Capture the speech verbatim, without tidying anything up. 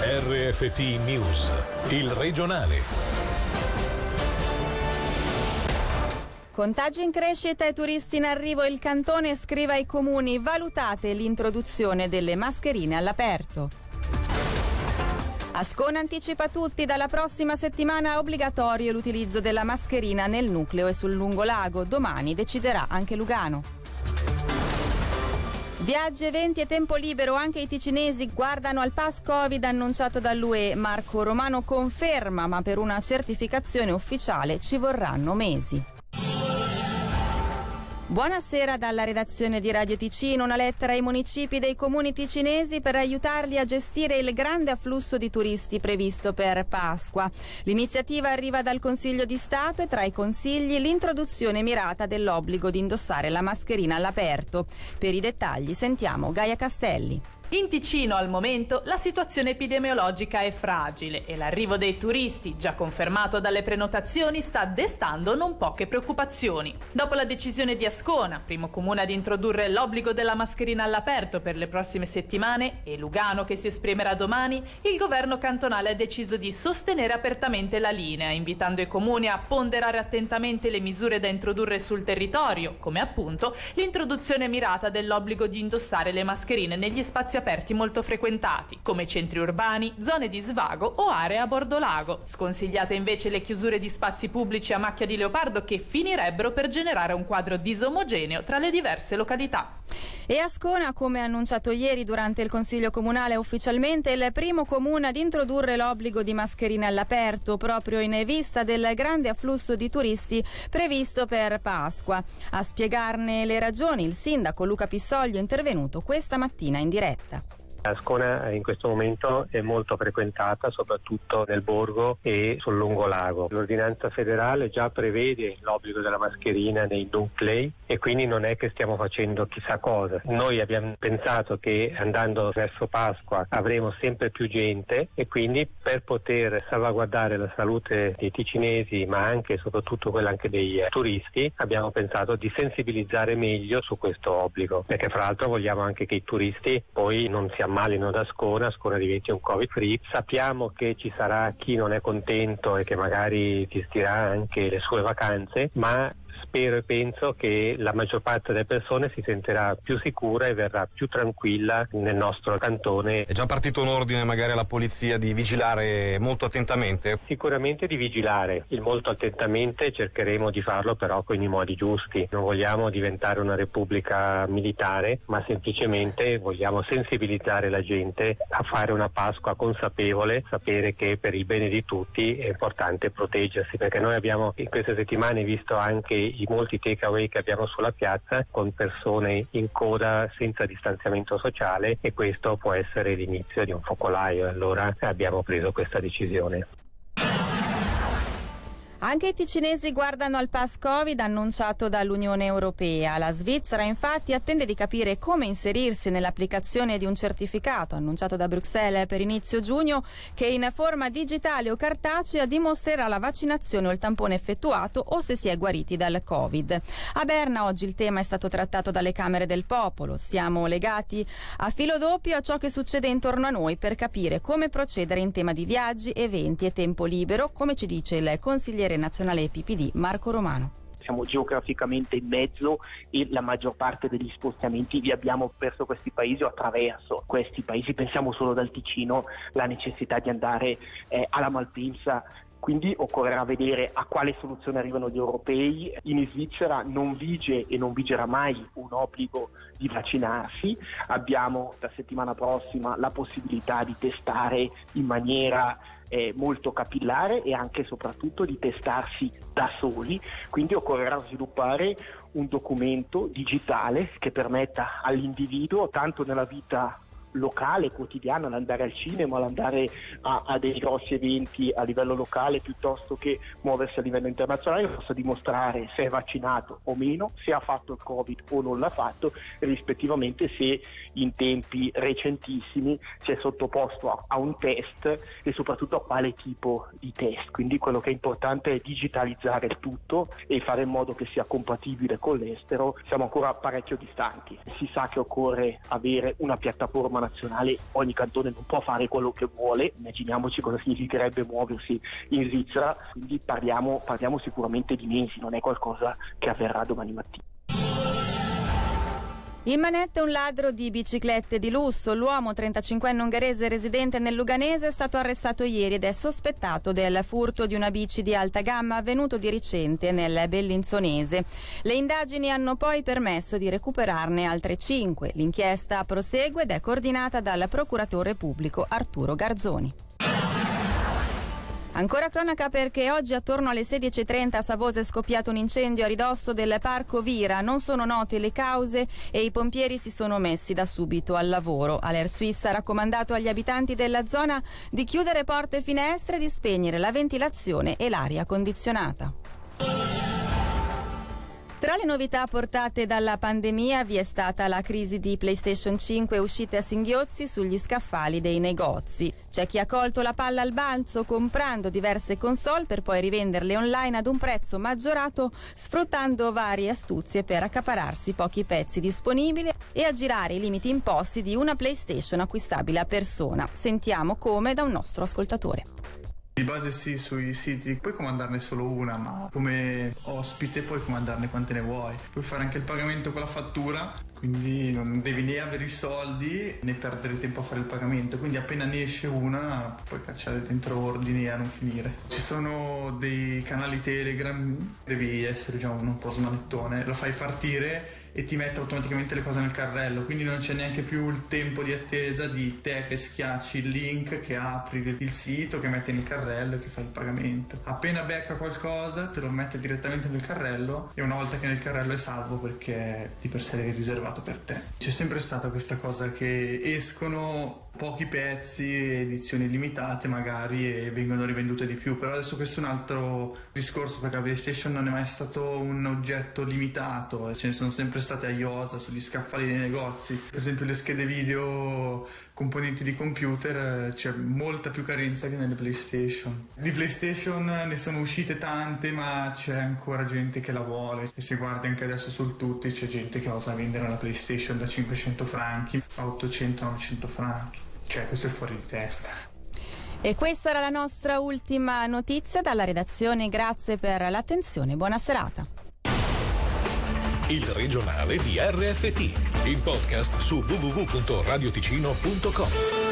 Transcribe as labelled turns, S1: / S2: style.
S1: R F T News, il regionale.
S2: Contagi in crescita e turisti in arrivo. Il cantone scrive ai comuni: valutate l'introduzione delle mascherine all'aperto. Ascona anticipa tutti: dalla prossima settimana obbligatorio l'utilizzo della mascherina nel nucleo e sul lungolago. Domani deciderà anche Lugano. Viaggi, eventi e tempo libero. Anche i ticinesi guardano al pass Covid annunciato dall'U E. Marco Romano conferma, ma per una certificazione ufficiale ci vorranno mesi. Buonasera dalla redazione di Radio Ticino. Una lettera ai municipi dei comuni ticinesi per aiutarli a gestire il grande afflusso di turisti previsto per Pasqua. L'iniziativa arriva dal Consiglio di Stato e tra i consigli l'introduzione mirata dell'obbligo di indossare la mascherina all'aperto. Per i dettagli sentiamo Gaia Castelli.
S3: In Ticino al momento la situazione epidemiologica è fragile e l'arrivo dei turisti, già confermato dalle prenotazioni, sta destando non poche preoccupazioni. Dopo la decisione di Ascona, primo comune ad introdurre l'obbligo della mascherina all'aperto per le prossime settimane, e Lugano che si esprimerà domani, il governo cantonale ha deciso di sostenere apertamente la linea, invitando i comuni a ponderare attentamente le misure da introdurre sul territorio, come appunto l'introduzione mirata dell'obbligo di indossare le mascherine negli spazi aperti molto frequentati, come centri urbani, zone di svago o aree a bordo lago. Sconsigliate invece le chiusure di spazi pubblici a macchia di leopardo, che finirebbero per generare un quadro disomogeneo tra le diverse località.
S2: E Ascona, come annunciato ieri durante il Consiglio Comunale, è ufficialmente il primo comune ad introdurre l'obbligo di mascherine all'aperto, proprio in vista del grande afflusso di turisti previsto per Pasqua. A spiegarne le ragioni il sindaco Luca Pissoglio è intervenuto questa mattina in diretta.
S4: Ascona in questo momento è molto frequentata, soprattutto nel borgo e sul lungolago. L'ordinanza federale già prevede l'obbligo della mascherina nei nuclei e quindi non è che stiamo facendo chissà cosa. Noi abbiamo pensato che andando verso Pasqua avremo sempre più gente e quindi per poter salvaguardare la salute dei ticinesi, ma anche e soprattutto quella anche dei turisti, abbiamo pensato di sensibilizzare meglio su questo obbligo, perché fra l'altro vogliamo anche che i turisti poi non si ammalino da Ascona, Ascona diventi un Covid free. Sappiamo che ci sarà chi non è contento e che magari gestirà anche le sue vacanze, ma spero e penso che la maggior parte delle persone si sentirà più sicura e verrà più tranquilla nel nostro cantone.
S5: È già partito un ordine magari alla polizia di vigilare molto attentamente?
S4: Sicuramente di vigilare, il molto attentamente cercheremo di farlo però con i modi giusti. Non vogliamo diventare una repubblica militare, ma semplicemente vogliamo sensibilizzare la gente a fare una Pasqua consapevole, sapere che per il bene di tutti è importante proteggersi, perché noi abbiamo in queste settimane visto anche i molti takeaway che abbiamo sulla piazza con persone in coda senza distanziamento sociale e questo può essere l'inizio di un focolaio. Allora abbiamo preso questa decisione.
S2: Anche i ticinesi guardano al pass Covid annunciato dall'Unione Europea. La Svizzera infatti attende di capire come inserirsi nell'applicazione di un certificato annunciato da Bruxelles per inizio giugno che in forma digitale o cartacea dimostrerà la vaccinazione o il tampone effettuato o se si è guariti dal Covid. A Berna oggi il tema è stato trattato dalle Camere del Popolo. Siamo legati a filo doppio a ciò che succede intorno a noi per capire come procedere in tema di viaggi, eventi e tempo libero, come ci dice il consigliere nazionale P P D Marco Romano.
S6: Siamo geograficamente in mezzo e la maggior parte degli spostamenti li abbiamo verso questi paesi o attraverso questi paesi. Pensiamo solo dal Ticino, la necessità di andare eh, alla Malpensa. Quindi occorrerà vedere a quale soluzione arrivano gli europei. In Svizzera non vige e non vigerà mai un obbligo di vaccinarsi. Abbiamo la settimana prossima la possibilità di testare in maniera eh, molto capillare e anche e soprattutto di testarsi da soli. Quindi occorrerà sviluppare un documento digitale che permetta all'individuo, tanto nella vita locale, quotidiana, all'andare al cinema, all'andare a, a dei grossi eventi a livello locale piuttosto che muoversi a livello internazionale, possa dimostrare se è vaccinato o meno, se ha fatto il Covid o non l'ha fatto e rispettivamente se in tempi recentissimi si è sottoposto a, a un test e soprattutto a quale tipo di test. Quindi quello che è importante è digitalizzare il tutto e fare in modo che sia compatibile con l'estero. Siamo ancora parecchio distanti, si sa che occorre avere una piattaforma nazionale, ogni cantone non può fare quello che vuole, immaginiamoci cosa significherebbe muoversi in Svizzera, quindi parliamo, parliamo sicuramente di mesi, non è qualcosa che avverrà domani mattina.
S2: In manette un ladro di biciclette di lusso. L'uomo trentacinquenne ungherese residente nel Luganese è stato arrestato ieri ed è sospettato del furto di una bici di alta gamma avvenuto di recente nel Bellinzonese. Le indagini hanno poi permesso di recuperarne altre cinque. L'inchiesta prosegue ed è coordinata dal procuratore pubblico Arturo Garzoni. Ancora cronaca perché oggi attorno alle sedici e trenta a Savosa è scoppiato un incendio a ridosso del Parco Vira. Non sono note le cause e i pompieri si sono messi da subito al lavoro. Air Suisse ha raccomandato agli abitanti della zona di chiudere porte e finestre e di spegnere la ventilazione e l'aria condizionata. Tra le novità portate dalla pandemia vi è stata la crisi di PlayStation cinque uscite a singhiozzi sugli scaffali dei negozi. C'è chi ha colto la palla al balzo comprando diverse console per poi rivenderle online ad un prezzo maggiorato, sfruttando varie astuzie per accapararsi pochi pezzi disponibili e aggirare i limiti imposti di una PlayStation acquistabile a persona. Sentiamo come da un nostro ascoltatore.
S7: Di base sì, sui siti puoi comandarne solo una, ma come ospite puoi comandarne quante ne vuoi. Puoi fare anche il pagamento con la fattura, quindi non devi né avere i soldi né perdere tempo a fare il pagamento, quindi appena ne esce una puoi cacciare dentro ordini a non finire. Ci sono dei canali Telegram, devi essere già un po' smanettone, lo fai partire e ti mette automaticamente le cose nel carrello, quindi non c'è neanche più il tempo di attesa di te che schiacci il link, che apri il sito, che metti nel carrello e che fai il pagamento. Appena becca qualcosa te lo mette direttamente nel carrello e una volta che nel carrello è salvo perché di per sé è riservato per te. C'è sempre stata questa cosa che escono pochi pezzi, edizioni limitate magari, e vengono rivendute di più, però adesso questo è un altro discorso perché la PlayStation non è mai stato un oggetto limitato, ce ne sono sempre state a iosa sugli scaffali dei negozi. Per esempio le schede video, componenti di computer, c'è molta più carenza che nelle PlayStation. Di PlayStation ne sono uscite tante, ma c'è ancora gente che la vuole, e se guardi anche adesso sul tutti c'è gente che osa vendere la PlayStation da cinquecento franchi a ottocento novecento franchi. Cioè, questo è fuori di testa.
S2: E questa era la nostra ultima notizia dalla redazione. Grazie per l'attenzione, buona serata.
S1: Il regionale di R F T, il podcast su w w w punto radioticino punto com.